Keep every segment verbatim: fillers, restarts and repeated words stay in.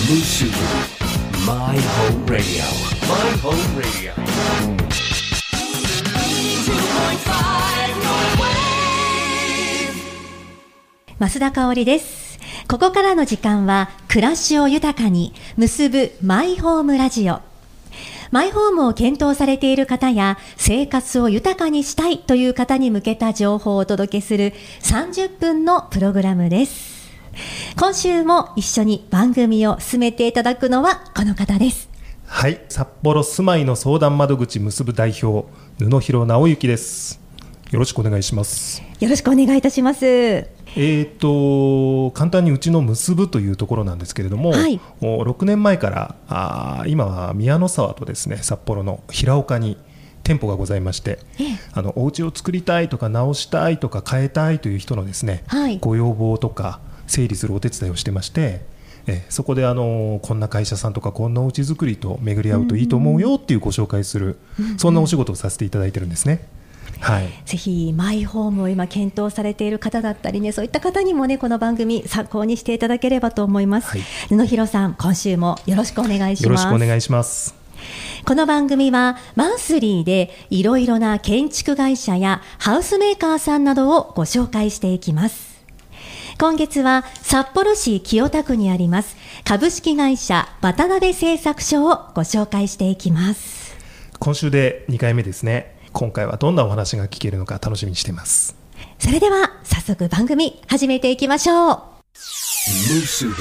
Musubu My Home Radio My Home Radio 増田香織です。ここからの時間は暮らしを豊かに結ぶマイホームラジオ。マイホームを検討されている方や生活を豊かにしたいという方に向けた情報をお届けするさんじゅっぷんのプログラムです。今週も一緒に番組を進めていただくのはこの方です。 はい、札幌住まいの相談窓口結ぶ代表布広直之です。よろしくお願いします。 よろしくお願いいたします。 えーと簡単にうちの結ぶというところなんですけれども、はい、もうろくねんまえからあ今は宮の沢とですね札幌の平岡に店舗がございまして、ええ、あのお家を作りたいとか直したいとか変えたいという人のですね、はい、ご要望とか整理するお手伝いをしてまして、えそこであのこんな会社さんとかこんなお家作りと巡り合うといいと思うよっていうご紹介する、うんうん、そんなお仕事をさせていただいてるんですね。はい、ぜひマイホームを今検討されている方だったりね、そういった方にもねこの番組参考にしていただければと思います。はい、布広さん、今週もよろしくお願いします。 よろしくお願いします。 この番組はマンスリーでいろいろな建築会社やハウスメーカーさんなどをご紹介していきます。今月は札幌市清田区にあります株式会社渡辺製作所をご紹介していきます。 今週でにかいめですね。今回はどんなお話が聞けるのか楽しみにしています。 それでは早速番組始めていきましょう。 Musubu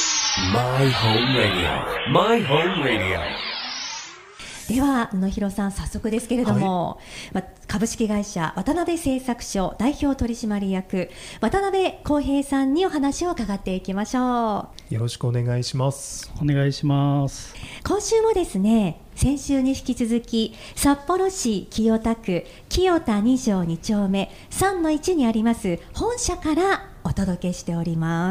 My Home Radio My Home Radio。 では布広さん、早速ですけれども、はい、株式会社渡辺製作所代表取締役渡辺康平さんにお話を伺っていきましょう。よろしくお願いします。 お願いします。 今週もですね、先週に引き続き札幌市清田区清田に条に丁目 さんのいち にあります本社からお届けしております。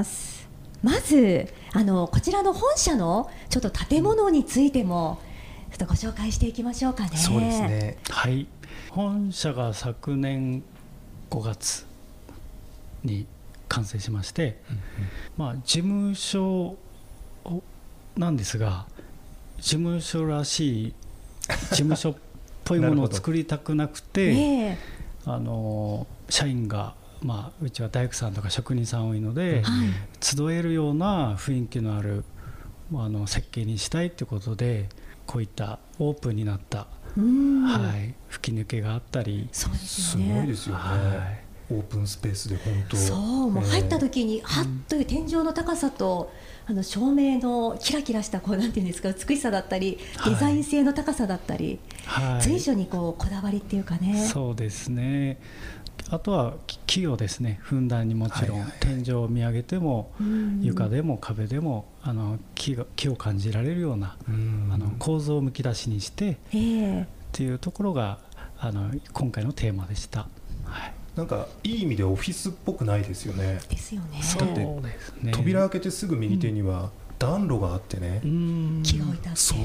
まずあのこちらの本社のちょっと建物についてもちょっとご紹介していきましょうかね。 そうですね。 はい。本社が昨年ごがつに完成しまして、うんうん、まあ事務所なんですが、事務所らしい事務所っぽいものを作りたくなくて、えー、あの社員が、まあ、うちは大工さんとか職人さん多いので、はい、集えるような雰囲気のあるあの設計にしたいということで、こういったオープンになった、はい、吹き抜けがあったり、 そうですよね、 すごいですよね、はい、オープンスペースで本当そう、もう入った時に、えー、はっという天井の高さと、あの照明のキラキラしたこうなんていうんですか、美しさだったり、デザイン性の高さだったり、はい、随所にこうこだわりっていうかね。 そうですね。あとは木をですね、ふんだんにもちろん、はいはい、天井を見上げても床でも壁でもあの 木, が木を感じられるようなあの構造をむき出しにしてっていうところがあの今回のテーマでした。はい、 なんかいい意味でオフィスっぽくないですよね。 ですよね。 だってそうですね、扉開けてすぐ右手には暖炉があってね、 うん、木が置いてあって、 そう、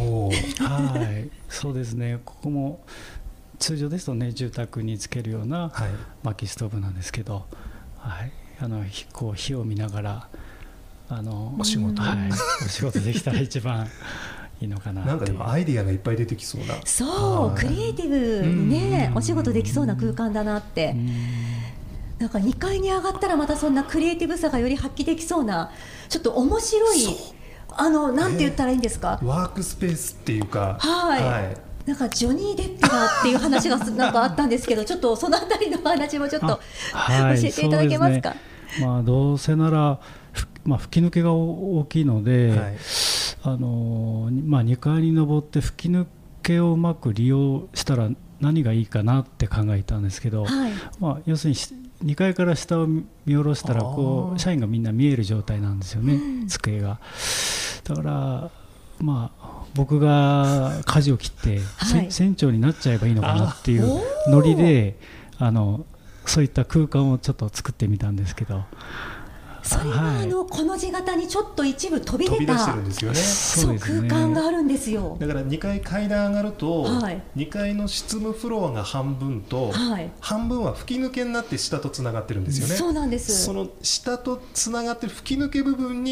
はい、そうですね。ここも通常ですとね、住宅につけるような薪ストーブなんですけど、はい、あのこう火を見ながらあのお仕事、 はい、お仕事できたら一番いいのかなって。 なんかでもアイディアがいっぱい出てきそうな、 そうクリエイティブにねお仕事できそうな空間だなって。なんかにかいに上がったらまたそんなクリエイティブさがより発揮できそうな、ちょっと面白い、あのなんて言ったらいいんですか、 えー、ワークスペースっていうか、 はい、はい、なんかジョニー・デップがっていう話がなんかあったんですけどちょっとそのあたりの話もちょっと、はい、教えていただけますか。 すね、まあ、どうせなら、まあ、吹き抜けが大きいので、はい、あのまあ、にかいに上って吹き抜けをうまく利用したら何がいいかなって考えたんですけど、はい、まあ、要するににかいから下を見下ろしたらこう社員がみんな見える状態なんですよね、うん、机が。だからまあ僕が舵を切って、はい、船長になっちゃえばいいのかなっていうノリであのそういった空間をちょっと作ってみたんですけど、 それは、はい、あのこの字型にちょっと一部飛び出た飛び出してるんですよね。そう、空間があるんですよ。 だからにかい階段上がると、はい、にかいの執務フロアが半分と、はい、半分は吹き抜けになって下とつながってるんですよね。 そうなんです。 その下とつながってる吹き抜け部分に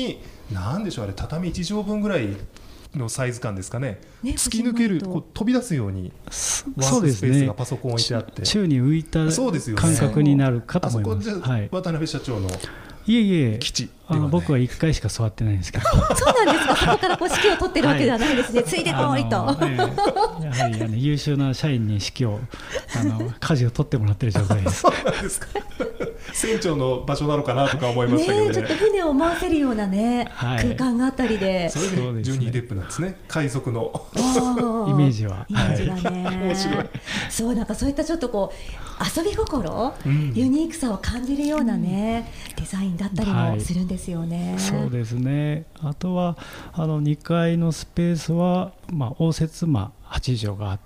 なんでしょう、あれ畳いち畳分ぐらいのサイズ感ですかね、 ね突き抜ける、こう飛び出すようにワークスペースがパソコン置いてあって、 宙に浮いた感覚になるかと思います。 あそこじゃ、はい、渡辺社長のいえいえ、 基地あの僕はいっかいしか座ってないんですけどそうなんですか、そこからこう指揮を取ってるわけではないですね、はい、ついでこいと、 あの、えー、やはりあの優秀な社員に指揮をあの舵を取ってもらってる状態ですそうなんですか船長の場所なのかなとか思いましたけど ね, ねちょっと船を回せるようなね、はい、空間があったりで、 それでジョニー・デップなんですね、海賊のイメージはイメージがね、はい、面白い。そう、なんかそういったちょっとこう遊び心、うん、ユニークさを感じるようなね、うん、デザインだったりもするんですよね、はい、 そうですね。あとはあのにかいのスペースは、まあ、応接間はち畳があって、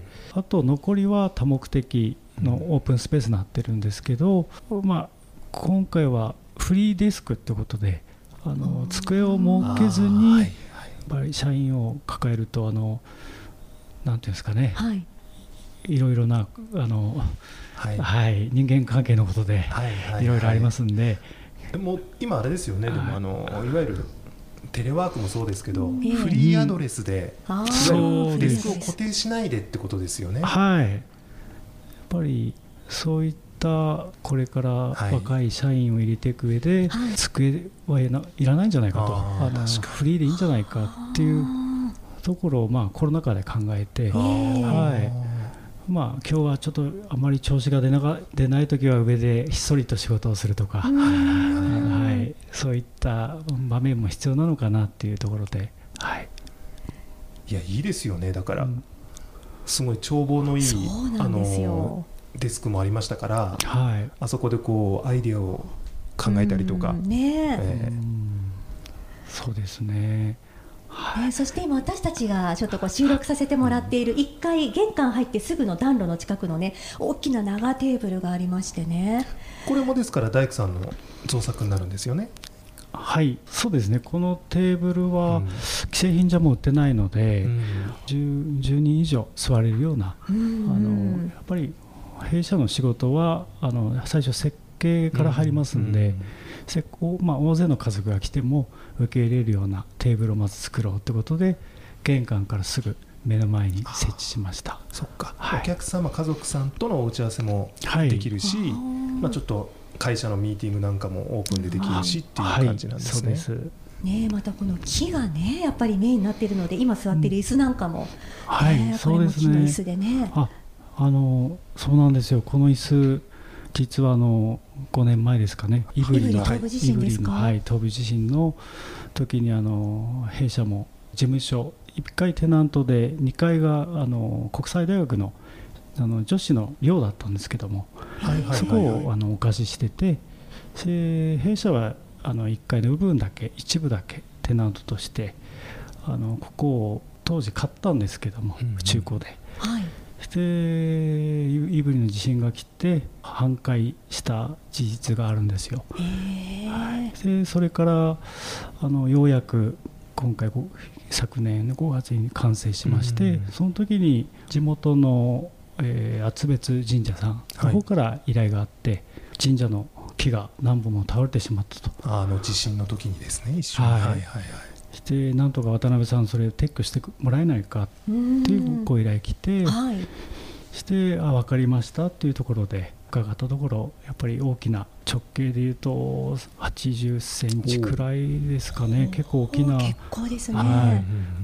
うん、あと残りは多目的のオープンスペースになってるんですけど、まあ、今回はフリーデスクってことであの机を設けずに、やっぱり社員を抱えるとあのなんていうんですかね、はい、いろいろなあの、はいはい、人間関係のことでいろいろありますんで、 でも今あれですよね、はい、でもあのいわゆるテレワークもそうですけど、えー、フリーアドレスで、うん、デスクを固定しないでってことですよね。 はい、やっぱりそういったこれから若い社員を入れていく上で、はい、机はいらないんじゃないかと、あのフリーでいいんじゃないかっていうところを、まあ、コロナ禍で考えて、はいまあ、今日はちょっとあまり調子が出なが出ないときは上でひっそりと仕事をするとか、はい、そういった場面も必要なのかなっていうところで、はい、 いやいいですよね。だから、うん、すごい眺望のいいあのデスクもありましたから、はい、あそこでこうアイディアを考えたりとか、 ねえー、 そうですね、 はい、そして今私たちがちょっとこう収録させてもらっているいっかい玄関入ってすぐの暖炉の近くのね大きな長テーブルがありましてね、 これもですから大工さんの造作になるんですよね。 はい、そうですね。このテーブルは既製品じゃもう売ってないので、うん、じゅう, じゅうにん以上座れるような、うん、あのやっぱり弊社の仕事はあの最初設計から入りますんで、うん、設計、まあ、大勢の家族が来ても受け入れるようなテーブルをまず作ろうということで玄関からすぐ目の前に設置しました。 そっか、はい、お客様家族さんとのお打ち合わせもできるし、はい、まあ、ちょっと会社のミーティングなんかもオープンでできるしっていう感じなんですね。はい、そうですね。またこの木がねやっぱりメインになっているので今座っている椅子なんかも、うん、 はい、そうですね。 これも木の椅子でね。 ああのそうなんですよ。この椅子実はあのごねんまえですかね、胆振の東部地震ですか、 はい、東部地震の時にあの弊社も事務所いっかいテナントでにかいがあの国際大学のあの女子の寮だったんですけども、はいはいはいはい、そこをあのお貸ししてて、弊社はあのいっかいの部分だけ一部だけテナントとしてあのここを当時買ったんですけども、うんうん、中古で、はい、で胆振の地震が来て半壊した事実があるんですよ。はい、でそれからあのようやく今回昨年のごがつに完成しまして、うんうん、その時に地元の、えー、厚別神社さんの方から依頼があって、はい、神社の木が何本も倒れてしまったと。 あの地震の時にですね、一緒に、はいはいはいはい、 してなんとか渡辺さんそれを撤去してもらえないかっていうご依頼来て、はい、してあ分かりましたっていうところで伺ったところ、やっぱり大きな直径でいうとはちじゅっセンチくらいですかね、結構大きな結構ですね、 はい、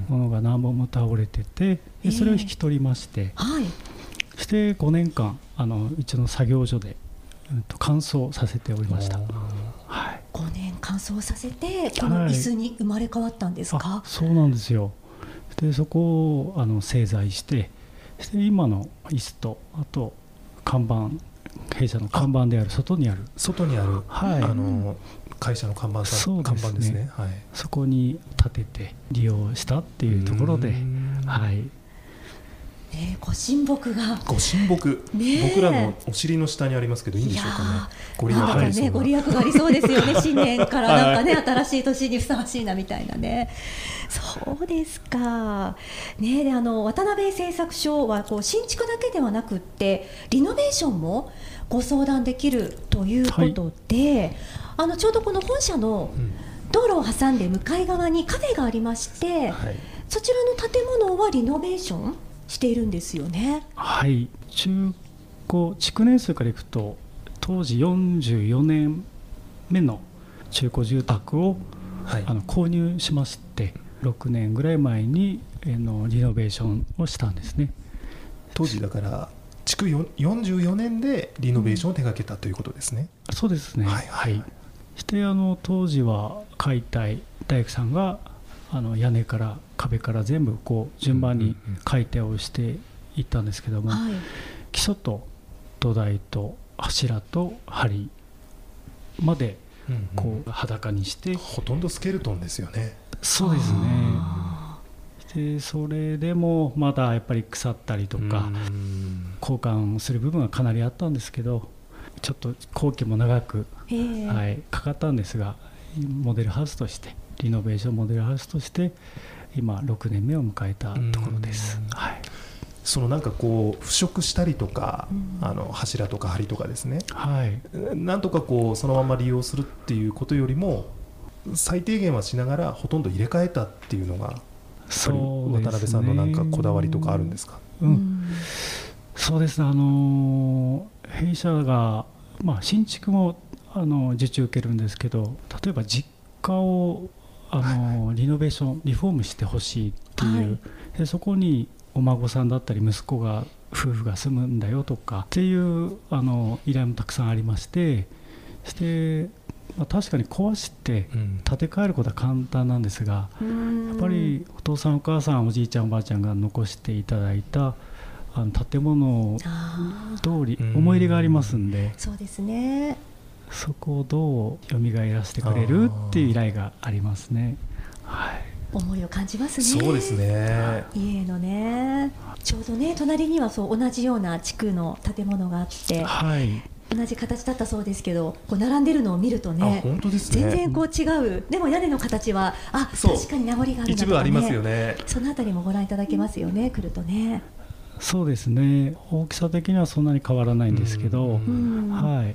ものが何本も倒れてて、でそれを引き取りまして、えーはい、してごねんかんあの一応の作業所で、うん、と乾燥させておりました。はい、 ごねん乾燥させてこの椅子に生まれ変わったんですか。 はい、そうなんですよ。でそこをあの製材して、して今の椅子とあと看板、弊社の看板である外にある外にある、はい、あの会社の看板さん、 そうですね、 看板ですね、はい、 そこに立てて利用したっていうところで、はい、 ね、ご神木がご神木、ね、僕らのお尻の下にありますけどいいんでしょうかね。ご利益がありそうな、 ね、ご利益がありそうですよね。新年からなんかね、はい、新しい年にふさわしいなみたいなね。そうですか、ね、であの渡辺製作所はこう新築だけではなくってリノベーションもご相談できるということで、はい、あのちょうどこの本社の道路を挟んで向かい側にカフェがありまして、はい、そちらの建物はリノベーションしているんですよね。 はい、中古築年数からいくと当時よんじゅうよねんめの中古住宅をあ、はい、あの購入しまして、ろくねんぐらい前にえのリノベーションをしたんですね。 当時だから築よんじゅうよねんでリノベーションを手掛けたということですね。 うん、そうですね、はいはいはい、してあの当時は解体大工さんがあの屋根から壁から全部こう順番に解体をしていったんですけども、うんうんうん、基礎と土台と柱と梁までこう裸にして、うんうん、 ほとんどスケルトンですよね。 そうですね。でそれでもまだやっぱり腐ったりとか交換する部分はかなりあったんですけど、ちょっと工期も長く、はい、かかったんですが、モデルハウスとしてリノベーションモデルハウスとして今ろくねんめを迎えたところです。はい、 そのなんかこう腐食したりとか、あの柱とか梁とかですね、はい、なんとかこうそのまま利用するっていうことよりも最低限はしながらほとんど入れ替えたっていうのがそうですね、渡辺さんのなんかこだわりとかあるんですか。 うん、そうですね、あの弊社が、まあ、新築もあの受注受けるんですけど、例えば実家をあの、はい、リノベーションリフォームしてほしいっていう、はい、でそこにお孫さんだったり息子が夫婦が住むんだよとかっていうあの依頼もたくさんありまして、してまあ、確かに壊して建て替えることは簡単なんですが、うん、やっぱりお父さんお母さんおじいちゃんおばあちゃんが残していただいたあの建物通り思い入れがありますんで、 そうですね、 そこをどう蘇らせてくれるっていう依頼がありますね。はい、 思いを感じますね。 そうですね、 家のね、ちょうどね隣にはそう同じような地区の建物があって、はい、同じ形だったそうですけど、こう並んでるのを見るとね、 本当ですね、 全然こう違う、でも屋根の形はあ確かに名残があるなとか、ね、 一部ありますよね。 そのあたりもご覧いただけますよね、来るとね。 そうですね、大きさ的にはそんなに変わらないんですけど、はい、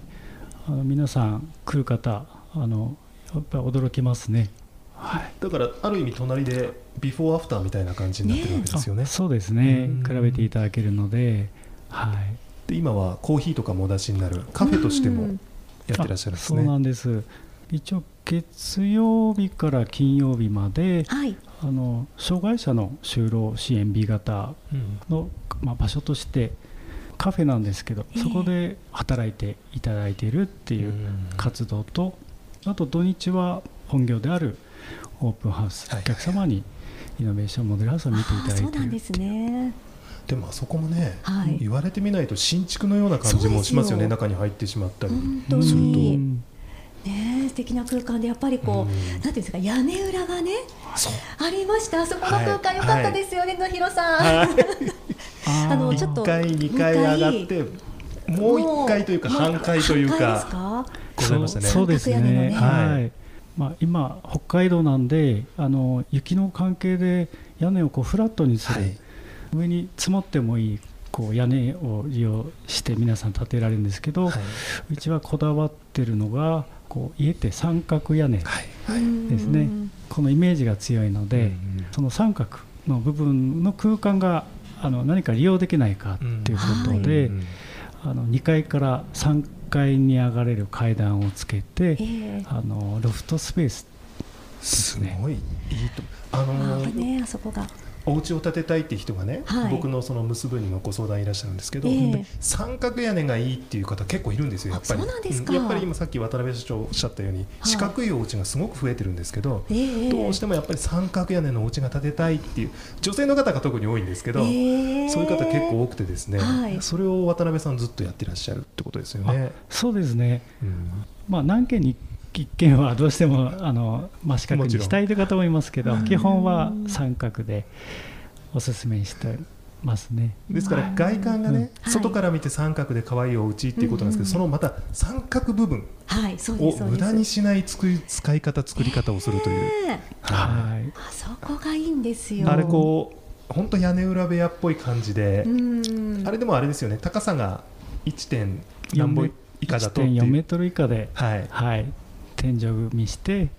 あの皆さん来る方あのやっぱり驚きますね。はい、 だからある意味隣でビフォーアフターみたいな感じになってるわけですよね。 ね、そうですね、比べていただけるので、はい、 で今はコーヒーとかもお出しになるカフェとしてもやってらっしゃるんですね。 そうなんです。一応月曜日から金曜日まで、はい、あの障害者の就労支援 B 型の、うんまあ、場所としてカフェなんですけど、そこで働いていただいているっていう活動と、あと土日は本業であるオープンハウス、はい、お客様にイノベーションモデルハウスを見ていただいている。 そうなんですね。 でもあそこもね、はい、言われてみないと新築のような感じもしますよね。中に入ってしまったりすると、 ね、素敵な空間でやっぱりこう、うん、なんていうんですか、屋根裏がねありました。あそこの空間良かったですよね、野広さん。はい、 あのちょっといっかいにかい上がってもういっかいというか半階というかございましたね。 そうですね、はいまあ、今北海道なんであの雪の関係で屋根をこうフラットにする、はい、上に積もってもいいこう屋根を利用して皆さん建てられるんですけど、はい、うちはこだわってるのがこう家って三角屋根ですね、はいはい、このイメージが強いので、その三角の部分の空間があの何か利用できないかということで、はい、あのにかいからさんかいに上がれる階段をつけて、えー、あのロフトスペースですね。 すごいいいとあのーね、あそこがお家を建てたいって人がね、はい、僕のその結ぶにもご相談いらっしゃるんですけど、えー、三角屋根がいいっていう方結構いるんですよ。やっぱりそうなんですか。 やっぱり今さっき渡辺社長おっしゃったように、はい、四角いお家がすごく増えてるんですけど、えー、どうしてもやっぱり三角屋根のお家が建てたいっていう女性の方が特に多いんですけど、えー、そういう方結構多くてですね、はい、それを渡辺さんずっとやってらっしゃるってことですよね。 そうですね、うんまあ、何件に一軒はどうしてもあの真四角にしたいという方もいますけど、基本は三角でおすすめしてますね。 ですから外観がね、うん、外から見て三角で可愛いお家っていうことなんですけど、はい、そのまた三角部分を無駄にしない作り使い方作り方をするという、えーはい、あそこがいいんですよ。 あれこう本当屋根裏部屋っぽい感じで、うんあれでもあれですよね、高さが いち. 点何本以下だとっていういってんよんメートル以下で、はいはい、天井組みして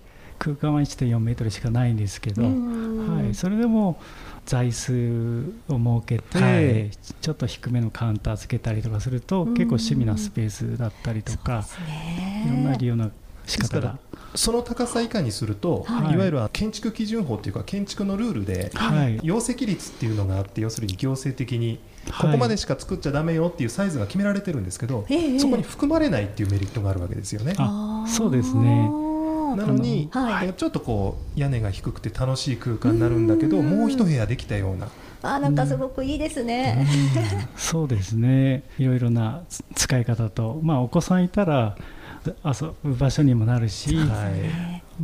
空間はいちてんよんメートルしかないんですけど、はい、それでも座椅子を設けて、はい、ちょっと低めのカウンターつけたりとかすると結構趣味なスペースだったりとか、いろんな利用の仕方が。 その高さ以下にすると、はい、いわゆる建築基準法というか建築のルールで、はい、容積率っていうのがあって、要するに行政的にここまでしか作っちゃダメよっていうサイズが決められてるんですけど、はい、そこに含まれないっていうメリットがあるわけですよね。 あ、そうですね。 なのに、はい、ちょっとこう屋根が低くて楽しい空間になるんだけど、もう一部屋できたような。 あ、なんかすごくいいですね。 うん、そうですね。いろいろな使い方と、まあ、お子さんいたら遊ぶ場所にもなるし、はい、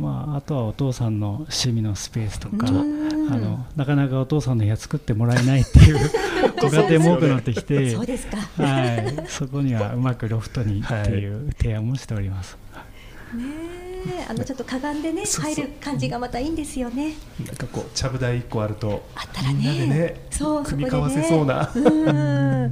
まあ、あとはお父さんの趣味のスペースとか、あのなかなかお父さんの部屋作ってもらえないっていうご家庭も多くなってきて、 そうですか、 はい、そこにはうまくロフトにっていう提案もしております。 ね、あのちょっとかがんでね、入る感じがまたいいんですよね。 なんかこうちゃぶ台いっこあるとあったらね、 みんなでね、そう組み交わせそうな、 うん、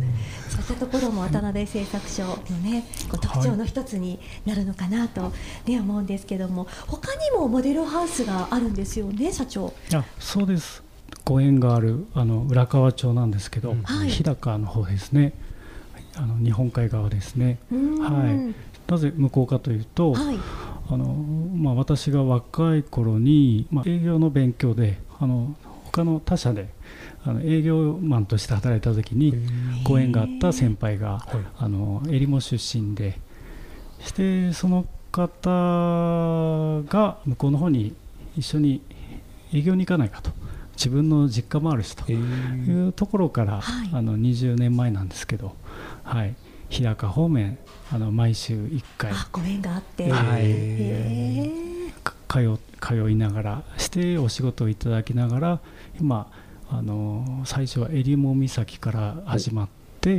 そういったところも渡辺製作所のね、こう特徴の一つになるのかなと、ね、思うんですけども、他にもモデルハウスがあるんですよね、社長。 あ、そうです。ご縁があるあの浦河町なんですけど、はい、日高の方ですね。あの日本海側ですね。はい。なぜ向こうかというと、はい、あのまあ、私が若い頃に、まあ、営業の勉強であの他の他社であの営業マンとして働いた時にご縁があった先輩が、はい、あのえりも出身でして、その方が向こうの方に一緒に営業に行かないかと、自分の実家もあるしというところから、はい、あのにじゅうねんまえなんですけど、はい、日高方面あの毎週いっかいご縁があって、 はい、通, 通いながらしてお仕事をいただきながら、今あの最初は襟裳岬から始まって、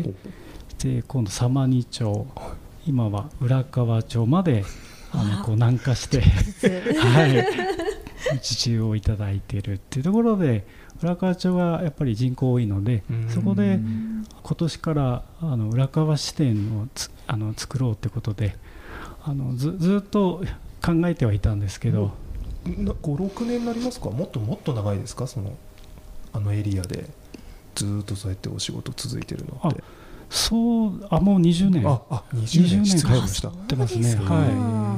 で今度様似町、今は浦河町まであのこう南下してはい、受注をいただいているっていうところで、浦河町はやっぱり人口多いので、そこで今年からあの浦河支店をつあの作ろうということで、あの ず, ずっと考えてはいたんですけど、 ご、ろくねんになりますか、もっともっと長いですか、そのあのエリアでずっとそうやってお仕事続いてるのって。 あ、そうあもうにじゅうねん、 ああにじゅうねん失礼しました。 ってますね。はい。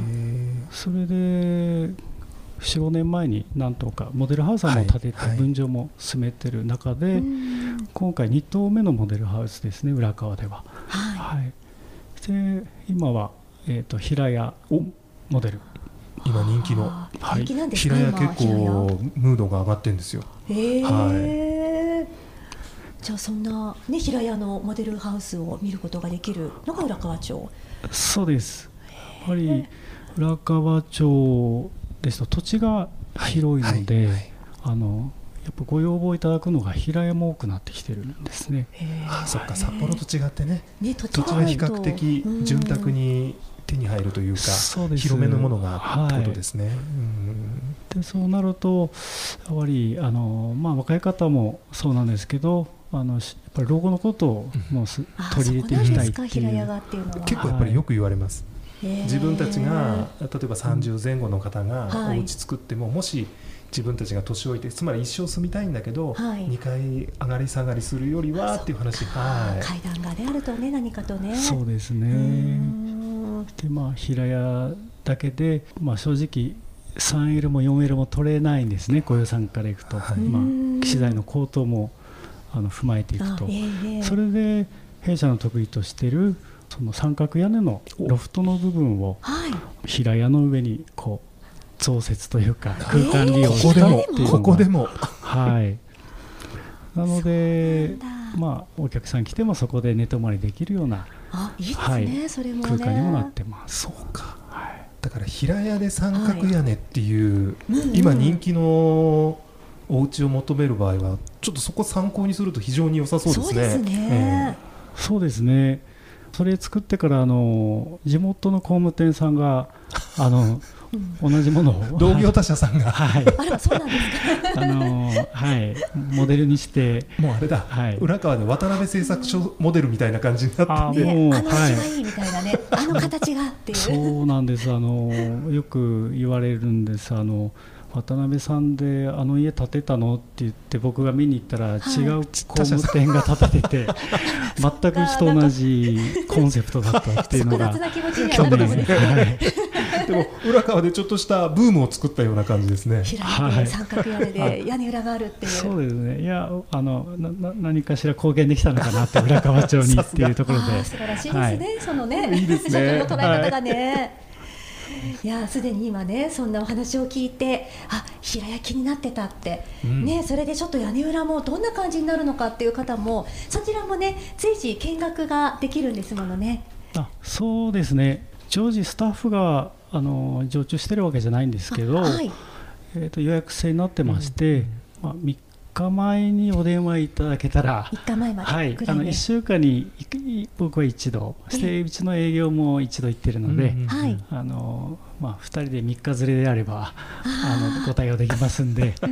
それでよん、ごねんまえになんとかモデルハウスも建てて分譲も進めてる中で、はいはい、今回に棟目のモデルハウスですね、浦河では。はいはい、で今は、えー、と平屋モデル、 今人気の、 はい、人気なんですか。平屋結構ムードが上がってるんですよ。 へー、はい、じゃあそんな、ね、平屋のモデルハウスを見ることができるのが浦河町。 そうです。やっぱり浦河町ですと土地が広いので、はいはい、あのやっぱご要望いただくのが平屋も多くなってきてるんですね。 ああ、そっか、札幌と違ってね、ね、土地が比較的潤沢に手に入るというか、う広めのものがってことですね。はい、 うん、でそうなるとやはりあの、まあ、若い方もそうなんですけど、あのやっぱり老後のことをもうす、うん、取り入れていきたいっていう、 結構やっぱりよく言われます。自分たちが例えばさんじゅうぜん後の方がお家作っても、はい、もし自分たちが年老いて、つまり一生住みたいんだけど、はい、にかい上がり下がりするよりはっていう話、 はい、階段が、ね、あるとね、何かとね。 そうですね。で、まあ、平屋だけで、まあ、正直 スリーエル も フォーエル も取れないんですね、ご予算からいくと、はい、まあ、資材の高騰もあの踏まえていくと、えー、それで弊社の得意としているその三角屋根のロフトの部分を平屋の上にこう増設というか空間利用したっていうのが、 ここでも、 はい、なのでまあお客さん来てもそこで寝泊まりできるような、 あ、いいですね、それもね、 空間にもなってます。 そうか、はい、だから平屋で三角屋根っていう、はい、今人気のお家を求める場合はちょっとそこ参考にすると非常に良さそうですね。 そうですね、 えー、そうですね。それ作ってからあの地元の工務店さんがあの同じものを同業他社さんが、 はい、 あれはそうなんですか。 あのーはい、モデルにしてもうあれだ、はい、浦川で渡辺製作所モデルみたいな感じになってて、 ね、あの味がいいみたいなね、はい、あの形がっていうそうなんです。あのよく言われるんです。あの渡辺さんであの家建てたのって言って僕が見に行ったら違う工務店が建ててて、はい、全くうちと同じコンセプトだったっていうのが複雑な気持ちにはなると思うんですね。 でも浦川でちょっとしたブームを作ったような感じですね。 平屋で三角屋根で屋根裏があるっていう。 そうですね。いやあのな何かしら貢献できたのかなって浦川町にっていうところで素晴らしいですね、はい、そのねいいですね、 社長の捉え方がね、はい、いやすでに今ねそんなお話を聞いて、あ平屋気になってたって、うん、ね、それでちょっと屋根裏もどんな感じになるのかっていう方もそちらもね随時見学ができるんですものね。 あそうですね。常時スタッフがあの常駐してるわけじゃないんですけど、はい、えー、と予約制になってまして、うん、まあ、みっかまえにお電話いただけたらみっかまえまで、 はい、あのいっしゅうかんに僕は一度してうちの営業も一度行ってるので、うん、あのまあ、ふたりでみっか連れであればあのご対応できますんで、はい、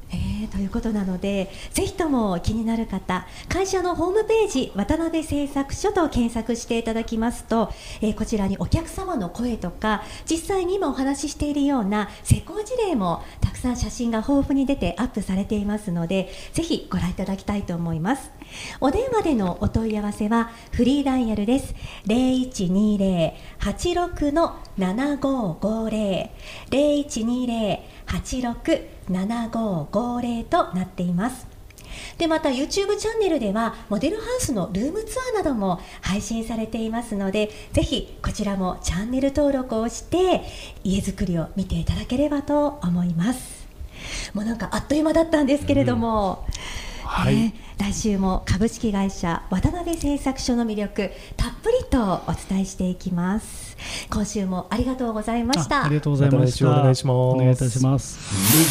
えー、ということなのでぜひとも気になる方会社のホームページ渡辺製作所と検索していただきますと、えー、こちらにお客様の声とか実際に今お話ししているような施工事例もたくさん写真が豊富に出てアップされていますのでぜひご覧いただきたいと思います。お電話でのお問い合わせはフリーダイヤルです。 ゼロいちにゼロ はちろく ななごごゼロ ゼロいちにゼロ はちろく ななごごゼロとなっています。でまた YouTube チャンネルではモデルハウスのルームツアーなども配信されていますのでぜひこちらもチャンネル登録をして家づくりを見ていただければと思います。もうなんかあっという間だったんですけれども、うん、はい、ね、来週も株式会社渡辺製作所の魅力たっぷりとお伝えしていきます。今週もありがとうございました。 あ, ありがとうございました。 お願いします。 お願いいたします。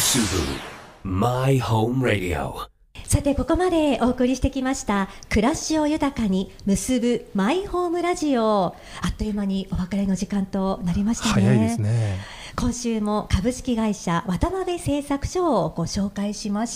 My Home Radio。 さてここまでお送りしてきました暮らしを豊かに結ぶマイホームラジオ、あっという間にお別れの時間となりましたね。 早いですね。 今週も株式会社渡辺製作所をご紹介しました。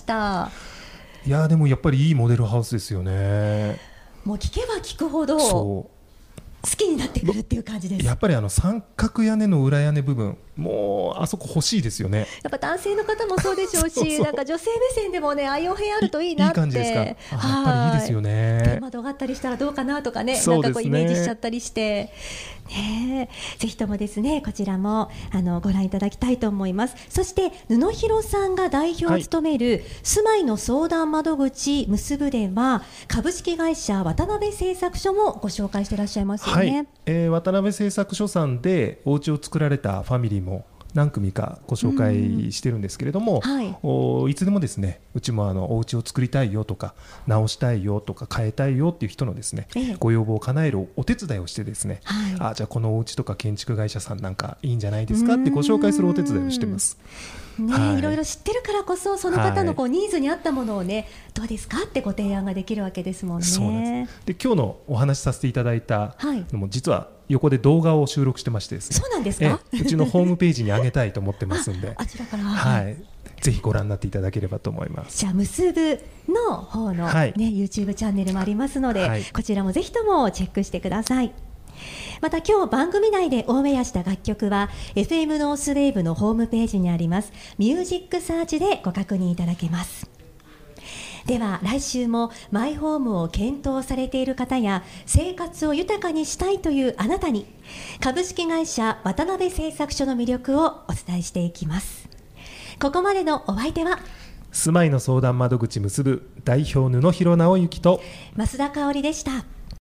いやでもやっぱりいいモデルハウスですよね。 もう聞けば聞くほど好きになってくるっていう感じです。 やっぱりあの三角屋根の裏屋根部分もうあそこ欲しいですよね。 やっぱ男性の方もそうでしょうしそうそう、なんか女性目線でもねああいうお部屋あるといいなって。いい感じですか。あ、やっぱりいいですよね。天窓があったりしたらどうかなとか ね, なんかこうイメージしちゃったりしてね、ぜひともですねこちらもあのご覧いただきたいと思います。そして布広さんが代表を務める、はい、住まいの相談窓口結ぶでは株式会社渡辺製作所もご紹介していらっしゃいますよね。 はい、えー、渡辺製作所さんでお家を作られたファミリーも何組かご紹介してるんですけれども、はい、おいつでもですねうちもあのお家を作りたいよとか直したいよとか変えたいよっていう人のですね、ええ、ご要望を叶えるお手伝いをしてですね、はい、あじゃあこのお家とか建築会社さんなんかいいんじゃないですかってご紹介するお手伝いをしてます。 ね、はい、いろいろ知ってるからこそその方のこうニーズに合ったものをね、はい、どうですかってご提案ができるわけですもんね。 そうなんです。で今日のお話しさせていただいたのも実は横で動画を収録してましてですね。 そうなんですか。 うちのホームページに上げたいと思ってますんであ, あちらから、 はい、ぜひご覧になっていただければと思います。 じゃあ結ぶの方の、ね、はい、YouTube チャンネルもありますので、はい、こちらもぜひともチェックしてください。また今日番組内でオンエアした楽曲は エフエム ノースウェーブのホームページにありますミュージックサーチでご確認いただけます。では来週もマイホームを検討されている方や生活を豊かにしたいというあなたに株式会社渡辺製作所の魅力をお伝えしていきます。ここまでのお相手は住まいの相談窓口結ぶ代表布広直之と増田香織でした。